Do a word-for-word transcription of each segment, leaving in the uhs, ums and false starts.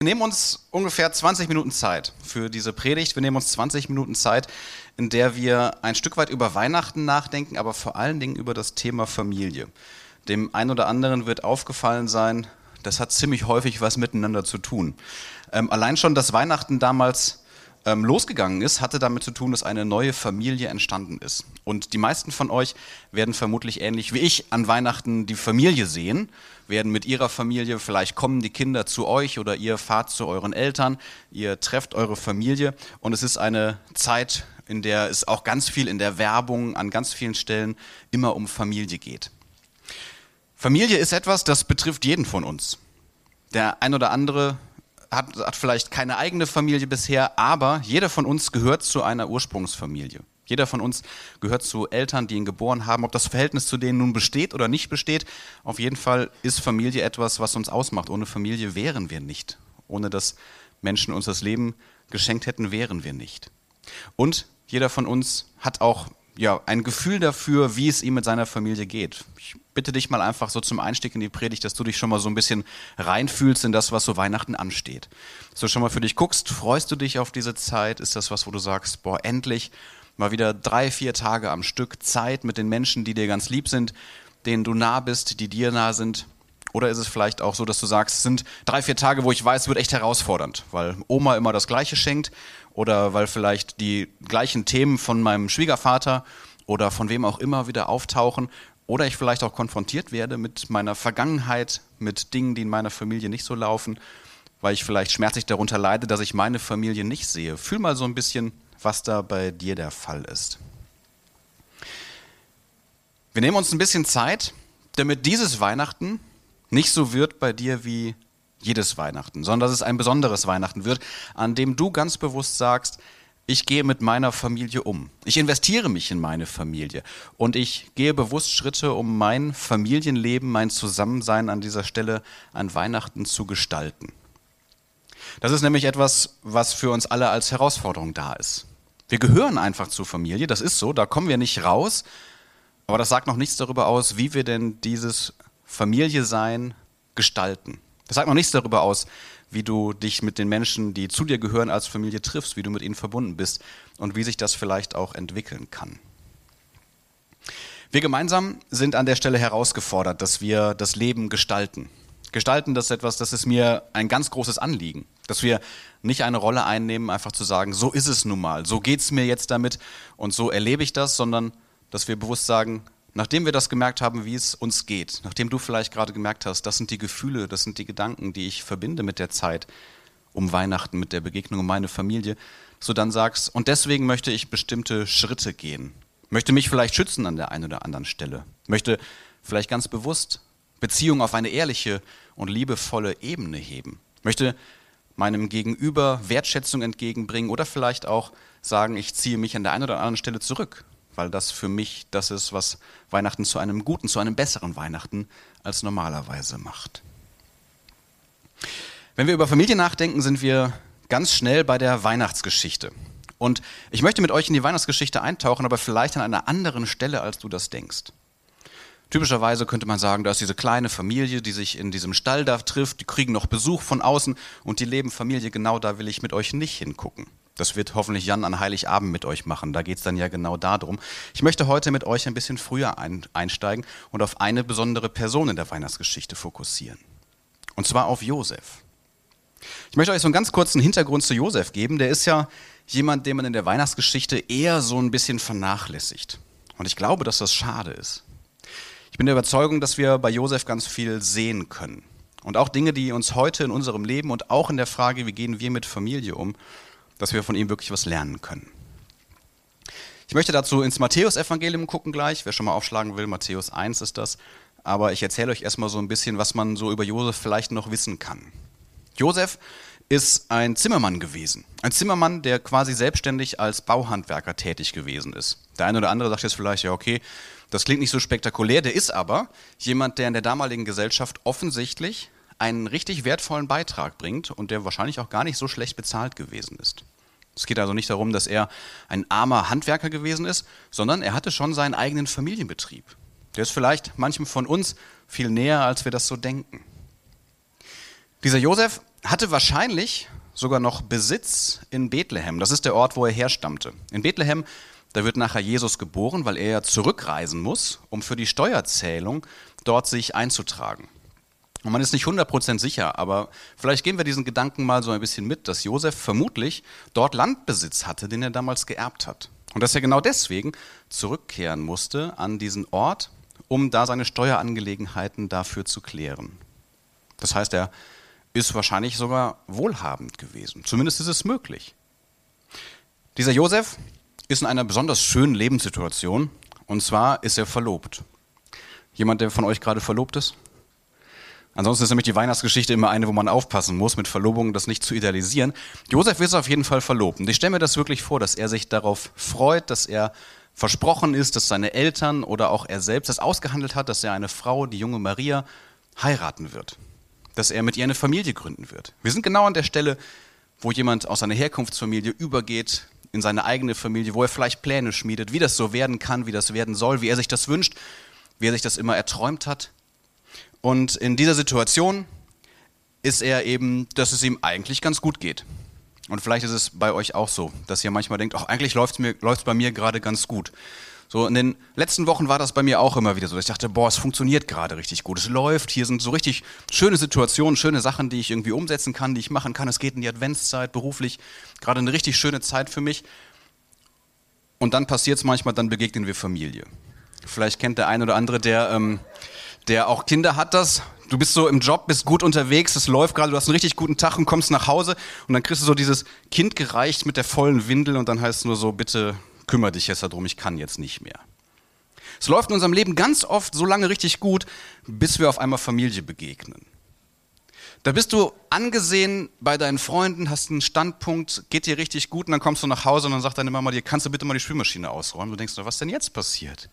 Wir nehmen uns ungefähr zwanzig Minuten Zeit für diese Predigt. Wir nehmen uns zwanzig Minuten Zeit, in der wir ein Stück weit über Weihnachten nachdenken, aber vor allen Dingen über das Thema Familie. Dem einen oder anderen wird aufgefallen sein, das hat ziemlich häufig was miteinander zu tun. Ähm, allein schon, dass Weihnachten damals ähm, losgegangen ist, hatte damit zu tun, dass eine neue Familie entstanden ist. Und die meisten von euch werden vermutlich ähnlich wie ich an Weihnachten die Familie sehen, werden mit ihrer Familie, vielleicht kommen die Kinder zu euch oder ihr fahrt zu euren Eltern, ihr trefft eure Familie und es ist eine Zeit, in der es auch ganz viel in der Werbung an ganz vielen Stellen immer um Familie geht. Familie ist etwas, das betrifft jeden von uns. Der ein oder andere hat, hat vielleicht keine eigene Familie bisher, aber jeder von uns gehört zu einer Ursprungsfamilie. Jeder von uns gehört zu Eltern, die ihn geboren haben. Ob das Verhältnis zu denen nun besteht oder nicht besteht, auf jeden Fall ist Familie etwas, was uns ausmacht. Ohne Familie wären wir nicht. Ohne dass Menschen uns das Leben geschenkt hätten, wären wir nicht. Und jeder von uns hat auch ja, ein Gefühl dafür, wie es ihm mit seiner Familie geht. Ich bitte dich mal einfach so zum Einstieg in die Predigt, dass du dich schon mal so ein bisschen reinfühlst in das, was so Weihnachten ansteht. Dass du schon mal für dich guckst, freust du dich auf diese Zeit? Ist das was, wo du sagst, boah, endlich mal wieder drei, vier Tage am Stück Zeit mit den Menschen, die dir ganz lieb sind, denen du nah bist, die dir nah sind? Oder ist es vielleicht auch so, dass du sagst, es sind drei, vier Tage, wo ich weiß, es wird echt herausfordernd, weil Oma immer das Gleiche schenkt oder weil vielleicht die gleichen Themen von meinem Schwiegervater oder von wem auch immer wieder auftauchen oder ich vielleicht auch konfrontiert werde mit meiner Vergangenheit, mit Dingen, die in meiner Familie nicht so laufen, weil ich vielleicht schmerzlich darunter leide, dass ich meine Familie nicht sehe. Fühl mal so ein bisschen, was da bei dir der Fall ist. Wir nehmen uns ein bisschen Zeit, damit dieses Weihnachten nicht so wird bei dir wie jedes Weihnachten, sondern dass es ein besonderes Weihnachten wird, an dem du ganz bewusst sagst, ich gehe mit meiner Familie um. Ich investiere mich in meine Familie und ich gehe bewusst Schritte, um mein Familienleben, mein Zusammensein an dieser Stelle an Weihnachten zu gestalten. Das ist nämlich etwas, was für uns alle als Herausforderung da ist. Wir gehören einfach zur Familie, das ist so, da kommen wir nicht raus, aber das sagt noch nichts darüber aus, wie wir denn dieses Familie-Sein gestalten. Das sagt noch nichts darüber aus, wie du dich mit den Menschen, die zu dir gehören, als Familie triffst, wie du mit ihnen verbunden bist und wie sich das vielleicht auch entwickeln kann. Wir gemeinsam sind an der Stelle herausgefordert, dass wir das Leben gestalten. Gestalten, das ist etwas, das ist mir ein ganz großes Anliegen, dass wir nicht eine Rolle einnehmen, einfach zu sagen, so ist es nun mal, so geht es mir jetzt damit und so erlebe ich das, sondern dass wir bewusst sagen, nachdem wir das gemerkt haben, wie es uns geht, nachdem du vielleicht gerade gemerkt hast, das sind die Gefühle, das sind die Gedanken, die ich verbinde mit der Zeit um Weihnachten, mit der Begegnung um meine Familie, dass du dann sagst, und deswegen möchte ich bestimmte Schritte gehen, möchte mich vielleicht schützen an der einen oder anderen Stelle, möchte vielleicht ganz bewusst Beziehung auf eine ehrliche und liebevolle Ebene heben, möchte meinem Gegenüber Wertschätzung entgegenbringen oder vielleicht auch sagen, ich ziehe mich an der einen oder anderen Stelle zurück, weil das für mich das ist, was Weihnachten zu einem guten, zu einem besseren Weihnachten als normalerweise macht. Wenn wir über Familie nachdenken, sind wir ganz schnell bei der Weihnachtsgeschichte. Und ich möchte mit euch in die Weihnachtsgeschichte eintauchen, aber vielleicht an einer anderen Stelle, als du das denkst. Typischerweise könnte man sagen, da ist diese kleine Familie, die sich in diesem Stall da trifft, die kriegen noch Besuch von außen und die leben Familie, genau da will ich mit euch nicht hingucken. Das wird hoffentlich Jan an Heiligabend mit euch machen, da geht es dann ja genau darum. Ich möchte heute mit euch ein bisschen früher ein, einsteigen und auf eine besondere Person in der Weihnachtsgeschichte fokussieren. Und zwar auf Josef. Ich möchte euch so einen ganz kurzen Hintergrund zu Josef geben. Der ist ja jemand, den man in der Weihnachtsgeschichte eher so ein bisschen vernachlässigt. Und ich glaube, dass das schade ist. Ich bin der Überzeugung, dass wir bei Josef ganz viel sehen können. Und auch Dinge, die uns heute in unserem Leben und auch in der Frage, wie gehen wir mit Familie um, dass wir von ihm wirklich was lernen können. Ich möchte dazu ins Matthäus-Evangelium gucken gleich. Wer schon mal aufschlagen will, Matthäus eins ist das. Aber ich erzähle euch erstmal so ein bisschen, was man so über Josef vielleicht noch wissen kann. Josef ist ein Zimmermann gewesen. Ein Zimmermann, der quasi selbstständig als Bauhandwerker tätig gewesen ist. Der eine oder andere sagt jetzt vielleicht, ja okay, das klingt nicht so spektakulär. Der ist aber jemand, der in der damaligen Gesellschaft offensichtlich einen richtig wertvollen Beitrag bringt und der wahrscheinlich auch gar nicht so schlecht bezahlt gewesen ist. Es geht also nicht darum, dass er ein armer Handwerker gewesen ist, sondern er hatte schon seinen eigenen Familienbetrieb. Der ist vielleicht manchem von uns viel näher, als wir das so denken. Dieser Josef hatte wahrscheinlich sogar noch Besitz in Bethlehem. Das ist der Ort, wo er herstammte. In Bethlehem, da wird nachher Jesus geboren, weil er ja zurückreisen muss, um für die Steuerzählung dort sich einzutragen. Und man ist nicht hundert Prozent sicher, aber vielleicht gehen wir diesen Gedanken mal so ein bisschen mit, dass Josef vermutlich dort Landbesitz hatte, den er damals geerbt hat. Und dass er genau deswegen zurückkehren musste an diesen Ort, um da seine Steuerangelegenheiten dafür zu klären. Das heißt, er ist wahrscheinlich sogar wohlhabend gewesen. Zumindest ist es möglich. Dieser Josef ist in einer besonders schönen Lebenssituation, und zwar ist er verlobt. Jemand, der von euch gerade verlobt ist? Ansonsten ist nämlich die Weihnachtsgeschichte immer eine, wo man aufpassen muss, mit Verlobungen das nicht zu idealisieren. Josef ist auf jeden Fall verlobt. Und ich stelle mir das wirklich vor, dass er sich darauf freut, dass er versprochen ist, dass seine Eltern oder auch er selbst das ausgehandelt hat, dass er eine Frau, die junge Maria, heiraten wird. Dass er mit ihr eine Familie gründen wird. Wir sind genau an der Stelle, wo jemand aus seiner Herkunftsfamilie übergeht in seine eigene Familie, wo er vielleicht Pläne schmiedet, wie das so werden kann, wie das werden soll, wie er sich das wünscht, wie er sich das immer erträumt hat. Und in dieser Situation ist er eben, dass es ihm eigentlich ganz gut geht. Und vielleicht ist es bei euch auch so, dass ihr manchmal denkt, ach, eigentlich läuft es mir, läuft's bei mir gerade ganz gut. So in den letzten Wochen war das bei mir auch immer wieder so. Ich dachte, boah, es funktioniert gerade richtig gut. Es läuft, hier sind so richtig schöne Situationen, schöne Sachen, die ich irgendwie umsetzen kann, die ich machen kann. Es geht in die Adventszeit, beruflich, gerade eine richtig schöne Zeit für mich. Und dann passiert es manchmal, dann begegnen wir Familie. Vielleicht kennt der ein oder andere, der... Ähm, der auch Kinder hat das, du bist so im Job, bist gut unterwegs, es läuft gerade, du hast einen richtig guten Tag und kommst nach Hause und dann kriegst du so dieses Kind gereicht mit der vollen Windel und dann heißt es nur so, bitte kümmere dich jetzt darum, ich kann jetzt nicht mehr. Es läuft in unserem Leben ganz oft so lange richtig gut, bis wir auf einmal Familie begegnen. Da bist du angesehen bei deinen Freunden, hast einen Standpunkt, geht dir richtig gut und dann kommst du nach Hause und dann sagt deine Mama dir, kannst du bitte mal die Spülmaschine ausräumen? Du denkst, was denn jetzt passiert?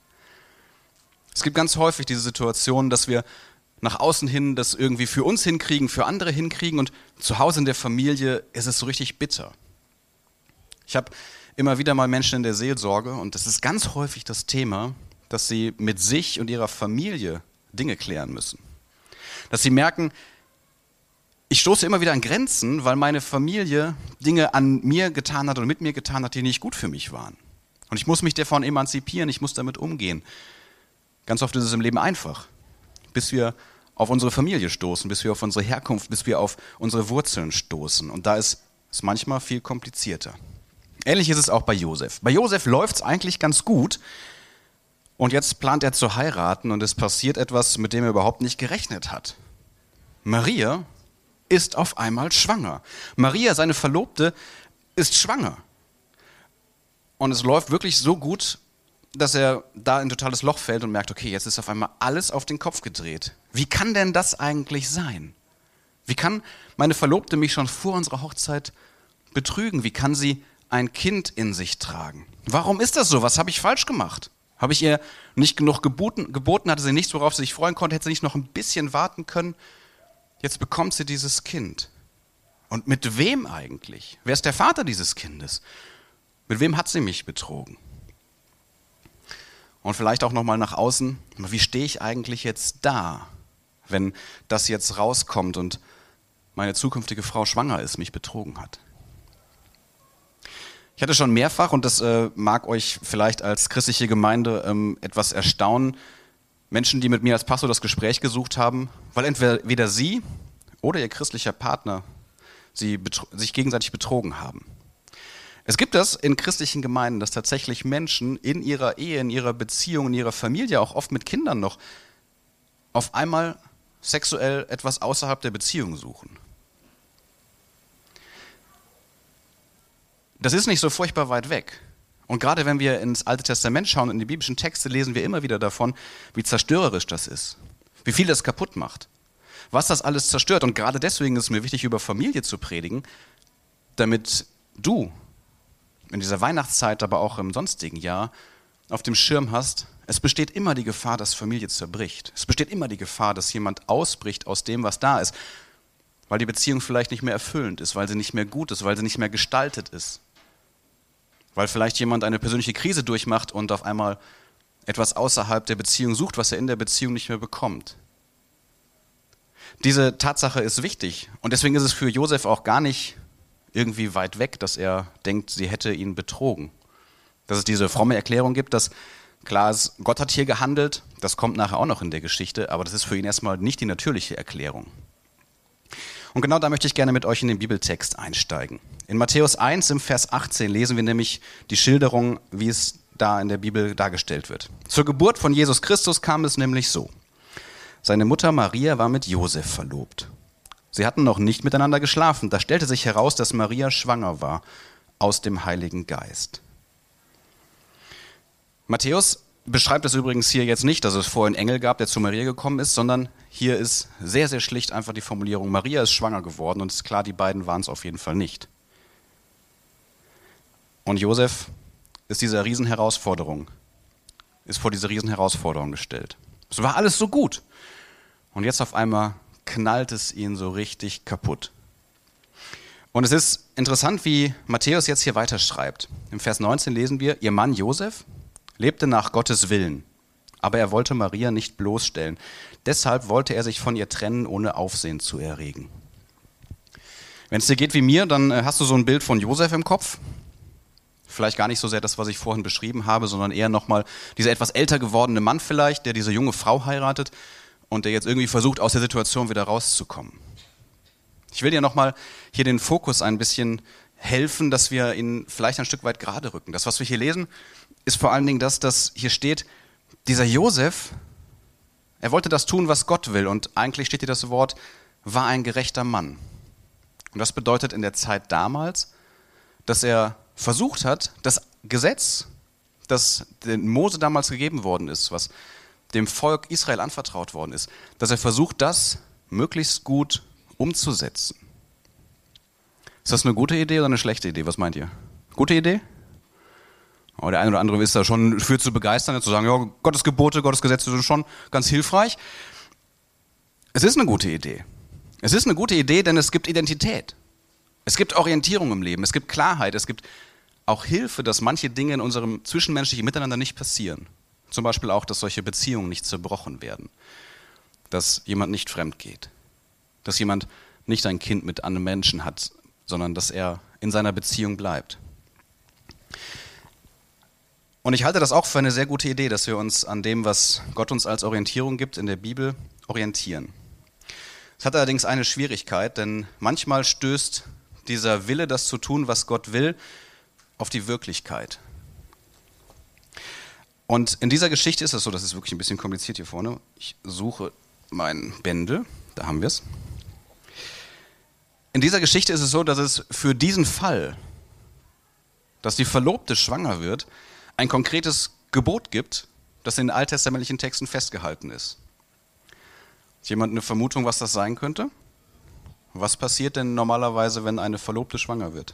Es gibt ganz häufig diese Situation, dass wir nach außen hin das irgendwie für uns hinkriegen, für andere hinkriegen und zu Hause in der Familie ist es so richtig bitter. Ich habe immer wieder mal Menschen in der Seelsorge und das ist ganz häufig das Thema, dass sie mit sich und ihrer Familie Dinge klären müssen. Dass sie merken, ich stoße immer wieder an Grenzen, weil meine Familie Dinge an mir getan hat oder mit mir getan hat, die nicht gut für mich waren. Und ich muss mich davon emanzipieren, ich muss damit umgehen. Ganz oft ist es im Leben einfach, bis wir auf unsere Familie stoßen, bis wir auf unsere Herkunft, bis wir auf unsere Wurzeln stoßen. Und da ist es manchmal viel komplizierter. Ähnlich ist es auch bei Josef. Bei Josef läuft es eigentlich ganz gut und jetzt plant er zu heiraten und es passiert etwas, mit dem er überhaupt nicht gerechnet hat. Maria ist auf einmal schwanger. Maria, seine Verlobte, ist schwanger. Und es läuft wirklich so gut, dass er da in ein totales Loch fällt und merkt, okay, jetzt ist auf einmal alles auf den Kopf gedreht. Wie kann denn das eigentlich sein? Wie kann meine Verlobte mich schon vor unserer Hochzeit betrügen? Wie kann sie ein Kind in sich tragen? Warum ist das so? Was habe ich falsch gemacht? Habe ich ihr nicht genug geboten, geboten? Hatte sie nichts, worauf sie sich freuen konnte? Hätte sie nicht noch ein bisschen warten können? Jetzt bekommt sie dieses Kind. Und mit wem eigentlich? Wer ist der Vater dieses Kindes? Mit wem hat sie mich betrogen? Und vielleicht auch nochmal nach außen, wie stehe ich eigentlich jetzt da, wenn das jetzt rauskommt und meine zukünftige Frau schwanger ist, mich betrogen hat? Ich hatte schon mehrfach, und das äh, mag euch vielleicht als christliche Gemeinde ähm, etwas erstaunen, Menschen, die mit mir als Pastor das Gespräch gesucht haben, weil entweder sie oder ihr christlicher Partner sie sich gegenseitig betrogen haben. Es gibt das in christlichen Gemeinden, dass tatsächlich Menschen in ihrer Ehe, in ihrer Beziehung, in ihrer Familie, auch oft mit Kindern noch, auf einmal sexuell etwas außerhalb der Beziehung suchen. Das ist nicht so furchtbar weit weg. Und gerade wenn wir ins Alte Testament schauen, in die biblischen Texte, lesen wir immer wieder davon, wie zerstörerisch das ist, wie viel das kaputt macht, was das alles zerstört. Und gerade deswegen ist es mir wichtig, über Familie zu predigen, damit du in dieser Weihnachtszeit, aber auch im sonstigen Jahr auf dem Schirm hast, es besteht immer die Gefahr, dass Familie zerbricht. Es besteht immer die Gefahr, dass jemand ausbricht aus dem, was da ist, weil die Beziehung vielleicht nicht mehr erfüllend ist, weil sie nicht mehr gut ist, weil sie nicht mehr gestaltet ist, weil vielleicht jemand eine persönliche Krise durchmacht und auf einmal etwas außerhalb der Beziehung sucht, was er in der Beziehung nicht mehr bekommt. Diese Tatsache ist wichtig und deswegen ist es für Josef auch gar nicht irgendwie weit weg, dass er denkt, sie hätte ihn betrogen. Dass es diese fromme Erklärung gibt, dass klar ist, Gott hat hier gehandelt, das kommt nachher auch noch in der Geschichte, aber das ist für ihn erstmal nicht die natürliche Erklärung. Und genau da möchte ich gerne mit euch in den Bibeltext einsteigen. In Matthäus eins im Vers achtzehn lesen wir nämlich die Schilderung, wie es da in der Bibel dargestellt wird. Zur Geburt von Jesus Christus kam es nämlich so. Seine Mutter Maria war mit Josef verlobt. Sie hatten noch nicht miteinander geschlafen. Da stellte sich heraus, dass Maria schwanger war aus dem Heiligen Geist. Matthäus beschreibt es übrigens hier jetzt nicht, dass es vorher einen Engel gab, der zu Maria gekommen ist, sondern hier ist sehr, sehr schlicht einfach die Formulierung, Maria ist schwanger geworden und es ist klar, die beiden waren es auf jeden Fall nicht. Und Josef ist dieser Riesenherausforderung, ist vor diese Riesenherausforderung gestellt. Es war alles so gut. Und jetzt auf einmal knallt es ihn so richtig kaputt. Und es ist interessant, wie Matthäus jetzt hier weiterschreibt. Im Vers neunzehn lesen wir, ihr Mann Josef lebte nach Gottes Willen, aber er wollte Maria nicht bloßstellen. Deshalb wollte er sich von ihr trennen, ohne Aufsehen zu erregen. Wenn es dir geht wie mir, dann hast du so ein Bild von Josef im Kopf. Vielleicht gar nicht so sehr das, was ich vorhin beschrieben habe, sondern eher nochmal dieser etwas älter gewordene Mann vielleicht, der diese junge Frau heiratet und der jetzt irgendwie versucht, aus der Situation wieder rauszukommen. Ich will dir nochmal hier den Fokus ein bisschen helfen, dass wir ihn vielleicht ein Stück weit gerade rücken. Das, was wir hier lesen, ist vor allen Dingen das, dass hier steht, dieser Josef, er wollte das tun, was Gott will. Und eigentlich steht hier das Wort, war ein gerechter Mann. Und das bedeutet in der Zeit damals, dass er versucht hat, das Gesetz, das den Mose damals gegeben worden ist, was dem Volk Israel anvertraut worden ist, dass er versucht, das möglichst gut umzusetzen. Ist das eine gute Idee oder eine schlechte Idee? Was meint ihr? Gute Idee? Oh, der eine oder andere ist da schon für zu begeistern, zu sagen, ja, Gottes Gebote, Gottes Gesetze sind schon ganz hilfreich. Es ist eine gute Idee. Es ist eine gute Idee, denn es gibt Identität. Es gibt Orientierung im Leben, es gibt Klarheit, es gibt auch Hilfe, dass manche Dinge in unserem zwischenmenschlichen Miteinander nicht passieren. Zum Beispiel auch, dass solche Beziehungen nicht zerbrochen werden. Dass jemand nicht fremd geht. Dass jemand nicht ein Kind mit einem Menschen hat, sondern dass er in seiner Beziehung bleibt. Und ich halte das auch für eine sehr gute Idee, dass wir uns an dem, was Gott uns als Orientierung gibt in der Bibel, orientieren. Es hat allerdings eine Schwierigkeit, denn manchmal stößt dieser Wille, das zu tun, was Gott will, auf die Wirklichkeit. Und in dieser Geschichte ist es so, das ist wirklich ein bisschen kompliziert hier vorne. Ich suche mein Bändel, da haben wir es. In dieser Geschichte ist es so, dass es für diesen Fall, dass die Verlobte schwanger wird, ein konkretes Gebot gibt, das in den alttestamentlichen Texten festgehalten ist. Hat jemand eine Vermutung, was das sein könnte? Was passiert denn normalerweise, wenn eine Verlobte schwanger wird?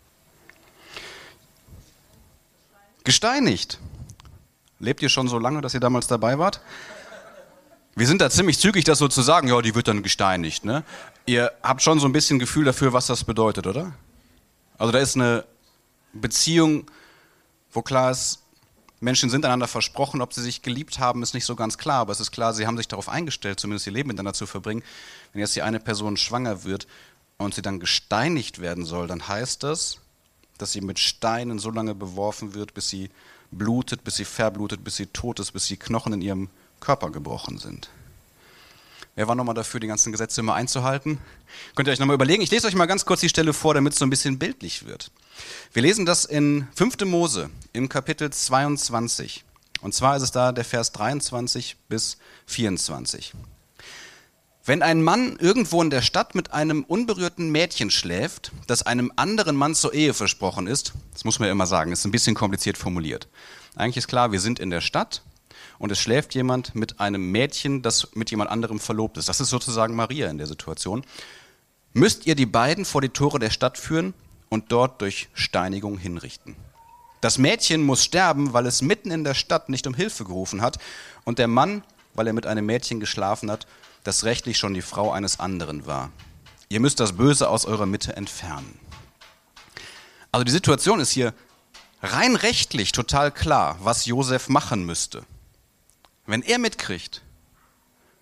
Gesteinigt. Lebt ihr schon so lange, dass ihr damals dabei wart? Wir sind da ziemlich zügig, das so zu sagen, ja, die wird dann gesteinigt. Ne? Ihr habt schon so ein bisschen Gefühl dafür, was das bedeutet, oder? Also da ist eine Beziehung, wo klar ist, Menschen sind einander versprochen, ob sie sich geliebt haben, ist nicht so ganz klar, aber es ist klar, sie haben sich darauf eingestellt, zumindest ihr Leben miteinander zu verbringen. Wenn jetzt die eine Person schwanger wird und sie dann gesteinigt werden soll, dann heißt das, dass sie mit Steinen so lange beworfen wird, bis sie blutet, bis sie verblutet, bis sie tot ist, bis die Knochen in ihrem Körper gebrochen sind. Wer war nochmal dafür, die ganzen Gesetze immer einzuhalten? Könnt ihr euch nochmal überlegen. Ich lese euch mal ganz kurz die Stelle vor, damit es so ein bisschen bildlich wird. Wir lesen das in fünfter Mose im Kapitel zweiundzwanzig. Und zwar ist es da der Vers dreiundzwanzig bis vierundzwanzig. Wenn ein Mann irgendwo in der Stadt mit einem unberührten Mädchen schläft, das einem anderen Mann zur Ehe versprochen ist, das muss man ja immer sagen, ist ein bisschen kompliziert formuliert. Eigentlich ist klar, wir sind in der Stadt und es schläft jemand mit einem Mädchen, das mit jemand anderem verlobt ist. Das ist sozusagen Maria in der Situation. Müsst ihr die beiden vor die Tore der Stadt führen und dort durch Steinigung hinrichten. Das Mädchen muss sterben, weil es mitten in der Stadt nicht um Hilfe gerufen hat und der Mann, weil er mit einem Mädchen geschlafen hat, das rechtlich schon die Frau eines anderen war. Ihr müsst das Böse aus eurer Mitte entfernen. Also die Situation ist hier rein rechtlich total klar, was Josef machen müsste. Wenn er mitkriegt,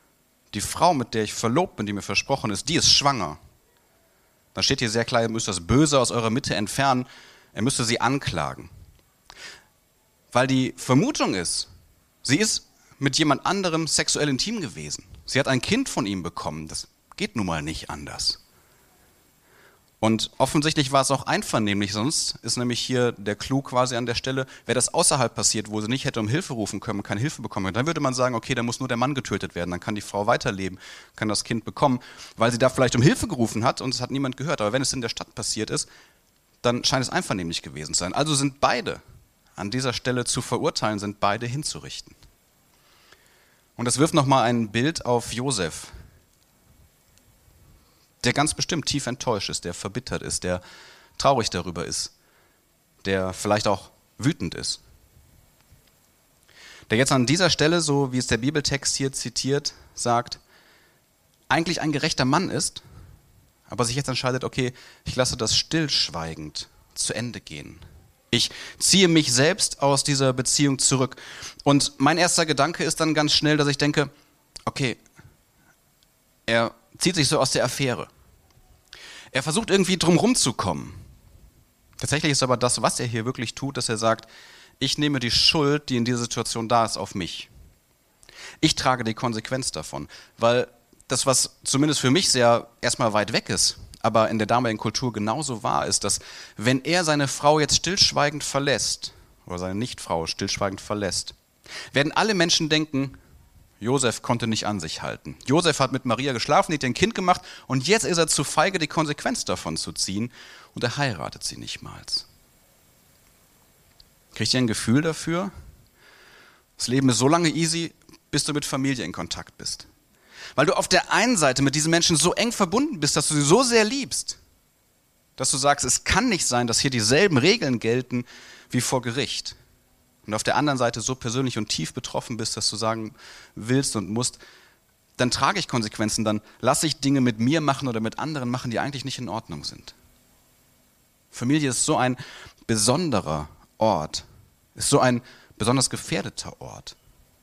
die Frau, mit der ich verlobt bin, die mir versprochen ist, die ist schwanger. Dann steht hier sehr klar, ihr müsst das Böse aus eurer Mitte entfernen, er müsste sie anklagen. Weil die Vermutung ist, sie ist mit jemand anderem sexuell intim gewesen. Sie hat ein Kind von ihm bekommen, das geht nun mal nicht anders. Und offensichtlich war es auch einvernehmlich, sonst ist nämlich hier der Clou quasi an der Stelle, wäre das außerhalb passiert, wo sie nicht hätte um Hilfe rufen können, keine Hilfe bekommen hätte, dann würde man sagen, okay, da muss nur der Mann getötet werden, dann kann die Frau weiterleben, kann das Kind bekommen, weil sie da vielleicht um Hilfe gerufen hat und es hat niemand gehört. Aber wenn es in der Stadt passiert ist, dann scheint es einvernehmlich gewesen zu sein. Also sind beide an dieser Stelle zu verurteilen, sind beide hinzurichten. Und das wirft nochmal ein Bild auf Josef, der ganz bestimmt tief enttäuscht ist, der verbittert ist, der traurig darüber ist, der vielleicht auch wütend ist. Der jetzt an dieser Stelle, so wie es der Bibeltext hier zitiert, sagt, eigentlich ein gerechter Mann ist, aber sich jetzt entscheidet, okay, ich lasse das stillschweigend zu Ende gehen. Ich ziehe mich selbst aus dieser Beziehung zurück. Und mein erster Gedanke ist dann ganz schnell, dass ich denke, okay, er zieht sich so aus der Affäre. Er versucht irgendwie drumherum zu kommen. Tatsächlich ist aber das, was er hier wirklich tut, dass er sagt, ich nehme die Schuld, die in dieser Situation da ist, auf mich. Ich trage die Konsequenz davon, weil das, was zumindest für mich sehr erstmal weit weg ist, aber in der damaligen Kultur genauso wahr ist, dass wenn er seine Frau jetzt stillschweigend verlässt, oder seine Nichtfrau stillschweigend verlässt, werden alle Menschen denken, Josef konnte nicht an sich halten. Josef hat mit Maria geschlafen, die hat ein Kind gemacht und jetzt ist er zu feige, die Konsequenz davon zu ziehen und er heiratet sie nichtmals. Kriegt ihr ein Gefühl dafür? Das Leben ist so lange easy, bis du mit Familie in Kontakt bist. Weil du auf der einen Seite mit diesen Menschen so eng verbunden bist, dass du sie so sehr liebst, dass du sagst, es kann nicht sein, dass hier dieselben Regeln gelten wie vor Gericht. Und auf der anderen Seite so persönlich und tief betroffen bist, dass du sagen willst und musst, dann trage ich Konsequenzen, dann lasse ich Dinge mit mir machen oder mit anderen machen, die eigentlich nicht in Ordnung sind. Familie ist so ein besonderer Ort, ist so ein besonders gefährdeter Ort.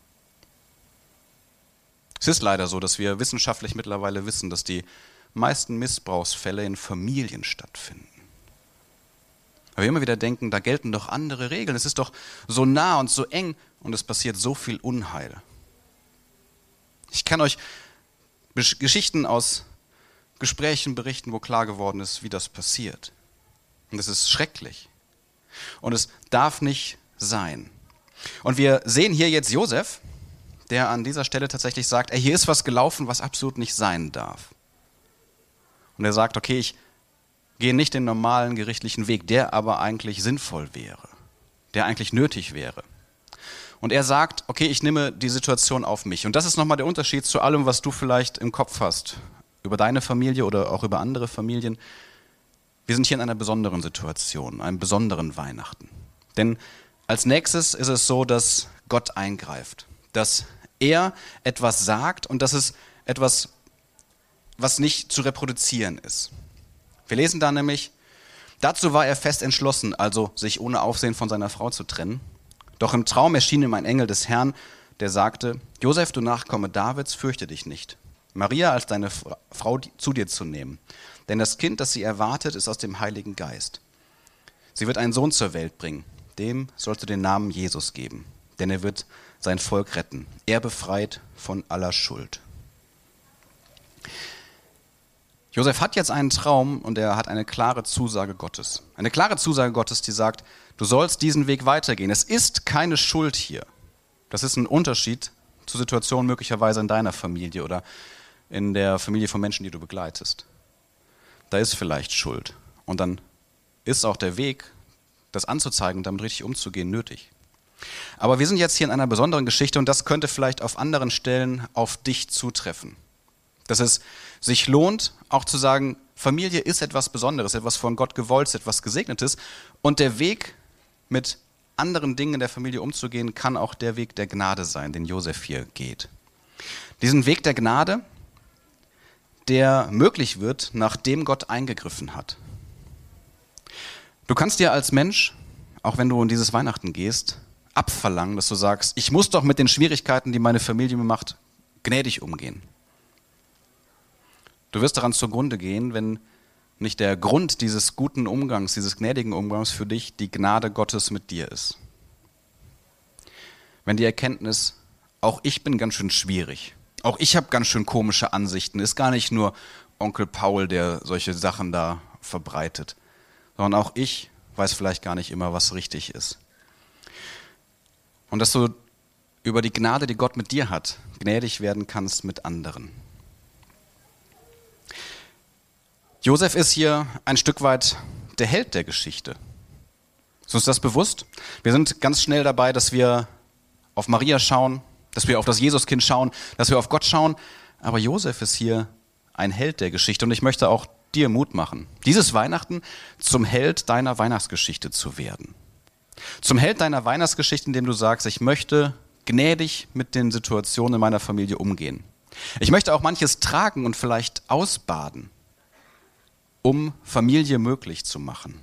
Es ist leider so, dass wir wissenschaftlich mittlerweile wissen, dass die meisten Missbrauchsfälle in Familien stattfinden. Aber wir immer wieder denken, da gelten doch andere Regeln. Es ist doch so nah und so eng und es passiert so viel Unheil. Ich kann euch Geschichten aus Gesprächen berichten, wo klar geworden ist, wie das passiert. Und es ist schrecklich. Und es darf nicht sein. Und wir sehen hier jetzt Josef, der an dieser Stelle tatsächlich sagt, ey, hier ist was gelaufen, was absolut nicht sein darf. Und er sagt, okay, ich gehe nicht den normalen gerichtlichen Weg, der aber eigentlich sinnvoll wäre, der eigentlich nötig wäre. Und er sagt, okay, ich nehme die Situation auf mich. Und das ist nochmal der Unterschied zu allem, was du vielleicht im Kopf hast, über deine Familie oder auch über andere Familien. Wir sind hier in einer besonderen Situation, einem besonderen Weihnachten. Denn als nächstes ist es so, dass Gott eingreift, dass er etwas sagt und das ist etwas, was nicht zu reproduzieren ist. Wir lesen da nämlich, dazu war er fest entschlossen, also sich ohne Aufsehen von seiner Frau zu trennen. Doch im Traum erschien ihm ein Engel des Herrn, der sagte, Josef, du Nachkomme Davids, fürchte dich nicht, Maria als deine Frau zu dir zu nehmen. Denn das Kind, das sie erwartet, ist aus dem Heiligen Geist. Sie wird einen Sohn zur Welt bringen, dem sollst du den Namen Jesus geben, denn er wird sein Volk retten. Er befreit von aller Schuld. Josef hat jetzt einen Traum und er hat eine klare Zusage Gottes. Eine klare Zusage Gottes, die sagt, du sollst diesen Weg weitergehen. Es ist keine Schuld hier. Das ist ein Unterschied zur Situation möglicherweise in deiner Familie oder in der Familie von Menschen, die du begleitest. Da ist vielleicht Schuld. Und dann ist auch der Weg, das anzuzeigen und damit richtig umzugehen, nötig. Aber wir sind jetzt hier in einer besonderen Geschichte und das könnte vielleicht auf anderen Stellen auf dich zutreffen. Dass es sich lohnt, auch zu sagen, Familie ist etwas Besonderes, etwas von Gott Gewolltes, etwas Gesegnetes. Und der Weg, mit anderen Dingen in der Familie umzugehen, kann auch der Weg der Gnade sein, den Josef hier geht. Diesen Weg der Gnade, der möglich wird, nachdem Gott eingegriffen hat. Du kannst dir als Mensch, auch wenn du in dieses Weihnachten gehst, abverlangen, dass du sagst, ich muss doch mit den Schwierigkeiten, die meine Familie mir macht, gnädig umgehen. Du wirst daran zugrunde gehen, wenn nicht der Grund dieses guten Umgangs, dieses gnädigen Umgangs für dich die Gnade Gottes mit dir ist. Wenn die Erkenntnis, auch ich bin ganz schön schwierig, auch ich habe ganz schön komische Ansichten, ist gar nicht nur Onkel Paul, der solche Sachen da verbreitet, sondern auch ich weiß vielleicht gar nicht immer, was richtig ist. Und dass du über die Gnade, die Gott mit dir hat, gnädig werden kannst mit anderen. Josef ist hier ein Stück weit der Held der Geschichte. Ist uns das bewusst? Wir sind ganz schnell dabei, dass wir auf Maria schauen, dass wir auf das Jesuskind schauen, dass wir auf Gott schauen. Aber Josef ist hier ein Held der Geschichte und ich möchte auch dir Mut machen, dieses Weihnachten zum Held deiner Weihnachtsgeschichte zu werden. Zum Held deiner Weihnachtsgeschichte, indem du sagst, ich möchte gnädig mit den Situationen in meiner Familie umgehen. Ich möchte auch manches tragen und vielleicht ausbaden, um Familie möglich zu machen.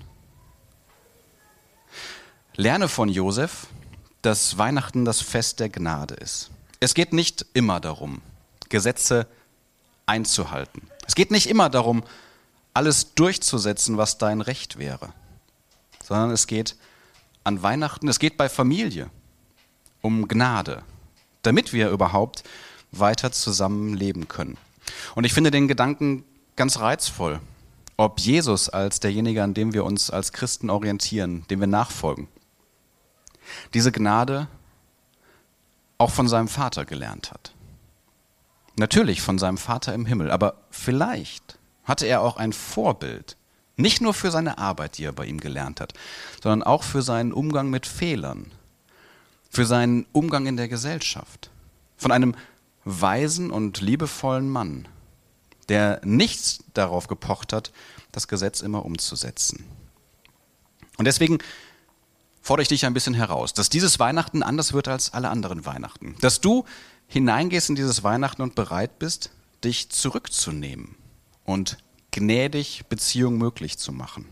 Lerne von Josef, dass Weihnachten das Fest der Gnade ist. Es geht nicht immer darum, Gesetze einzuhalten. Es geht nicht immer darum, alles durchzusetzen, was dein Recht wäre, sondern es geht an Weihnachten, es geht bei Familie um Gnade, damit wir überhaupt weiter zusammen leben können. Und ich finde den Gedanken ganz reizvoll, ob Jesus als derjenige, an dem wir uns als Christen orientieren, dem wir nachfolgen, diese Gnade auch von seinem Vater gelernt hat. Natürlich von seinem Vater im Himmel, aber vielleicht hatte er auch ein Vorbild, nicht nur für seine Arbeit, die er bei ihm gelernt hat, sondern auch für seinen Umgang mit Fehlern, für seinen Umgang in der Gesellschaft, von einem weisen und liebevollen Mann, der nichts darauf gepocht hat, das Gesetz immer umzusetzen. Und deswegen fordere ich dich ein bisschen heraus, dass dieses Weihnachten anders wird als alle anderen Weihnachten. Dass du hineingehst in dieses Weihnachten und bereit bist, dich zurückzunehmen und gnädig Beziehung möglich zu machen.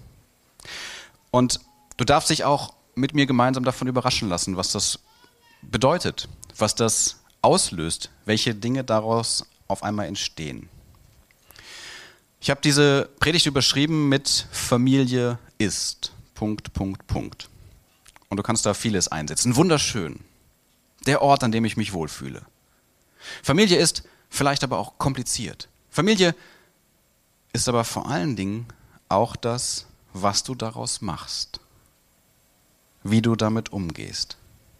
Und du darfst dich auch mit mir gemeinsam davon überraschen lassen, was das bedeutet, was das auslöst, welche Dinge daraus auf einmal entstehen. Ich habe diese Predigt überschrieben mit Familie ist, Punkt, Punkt, Punkt. Und du kannst da vieles einsetzen. Wunderschön. Der Ort, an dem ich mich wohlfühle. Familie ist vielleicht aber auch kompliziert. Familie ist aber vor allen Dingen auch das, was du daraus machst. Wie du damit umgehst.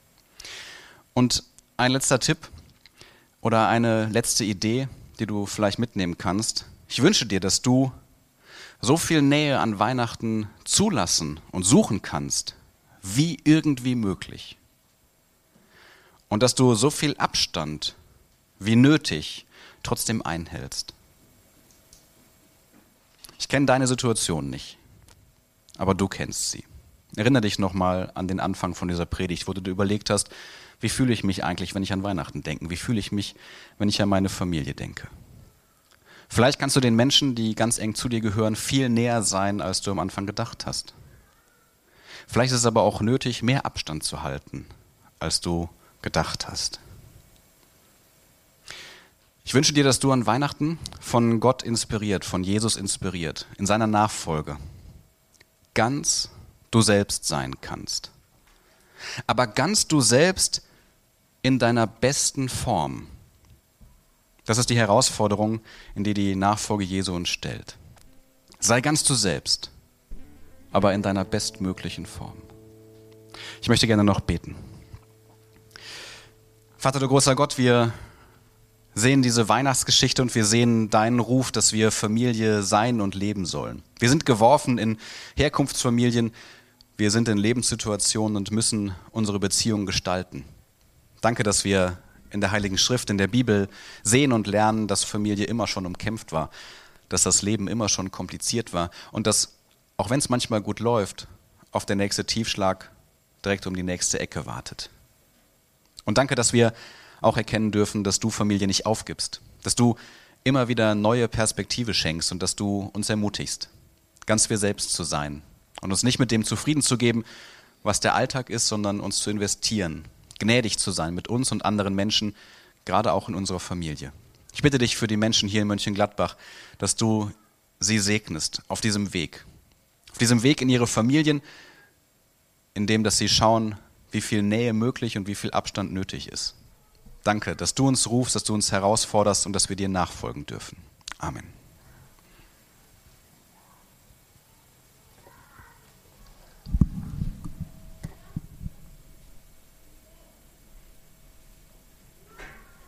Und ein letzter Tipp oder eine letzte Idee, die du vielleicht mitnehmen kannst. Ich wünsche dir, dass du so viel Nähe an Weihnachten zulassen und suchen kannst, wie irgendwie möglich. Und dass du so viel Abstand wie nötig trotzdem einhältst. Ich kenne deine Situation nicht, aber du kennst sie. Erinnere dich nochmal an den Anfang von dieser Predigt, wo du dir überlegt hast, wie fühle ich mich eigentlich, wenn ich an Weihnachten denke? Wie fühle ich mich, wenn ich an meine Familie denke? Vielleicht kannst du den Menschen, die ganz eng zu dir gehören, viel näher sein, als du am Anfang gedacht hast. Vielleicht ist es aber auch nötig, mehr Abstand zu halten, als du gedacht hast. Ich wünsche dir, dass du an Weihnachten von Gott inspiriert, von Jesus inspiriert, in seiner Nachfolge ganz du selbst sein kannst. Aber ganz du selbst in deiner besten Form. Das ist die Herausforderung, in die die Nachfolge Jesu uns stellt. Sei ganz du selbst, aber in deiner bestmöglichen Form. Ich möchte gerne noch beten. Vater, du großer Gott, wir sehen diese Weihnachtsgeschichte und wir sehen deinen Ruf, dass wir Familie sein und leben sollen. Wir sind geworfen in Herkunftsfamilien, wir sind in Lebenssituationen und müssen unsere Beziehungen gestalten. Danke, dass wir in der Heiligen Schrift, in der Bibel sehen und lernen, dass Familie immer schon umkämpft war, dass das Leben immer schon kompliziert war und dass, auch wenn es manchmal gut läuft, auf der nächste Tiefschlag direkt um die nächste Ecke wartet. Und danke, dass wir auch erkennen dürfen, dass du Familie nicht aufgibst, dass du immer wieder neue Perspektive schenkst und dass du uns ermutigst, ganz wir selbst zu sein und uns nicht mit dem zufrieden zu geben, was der Alltag ist, sondern uns zu investieren, gnädig zu sein mit uns und anderen Menschen, gerade auch in unserer Familie. Ich bitte dich für die Menschen hier in Mönchengladbach, dass du sie segnest auf diesem Weg. Auf diesem Weg in ihre Familien, in dem, dass sie schauen, wie viel Nähe möglich und wie viel Abstand nötig ist. Danke, dass du uns rufst, dass du uns herausforderst und dass wir dir nachfolgen dürfen. Amen.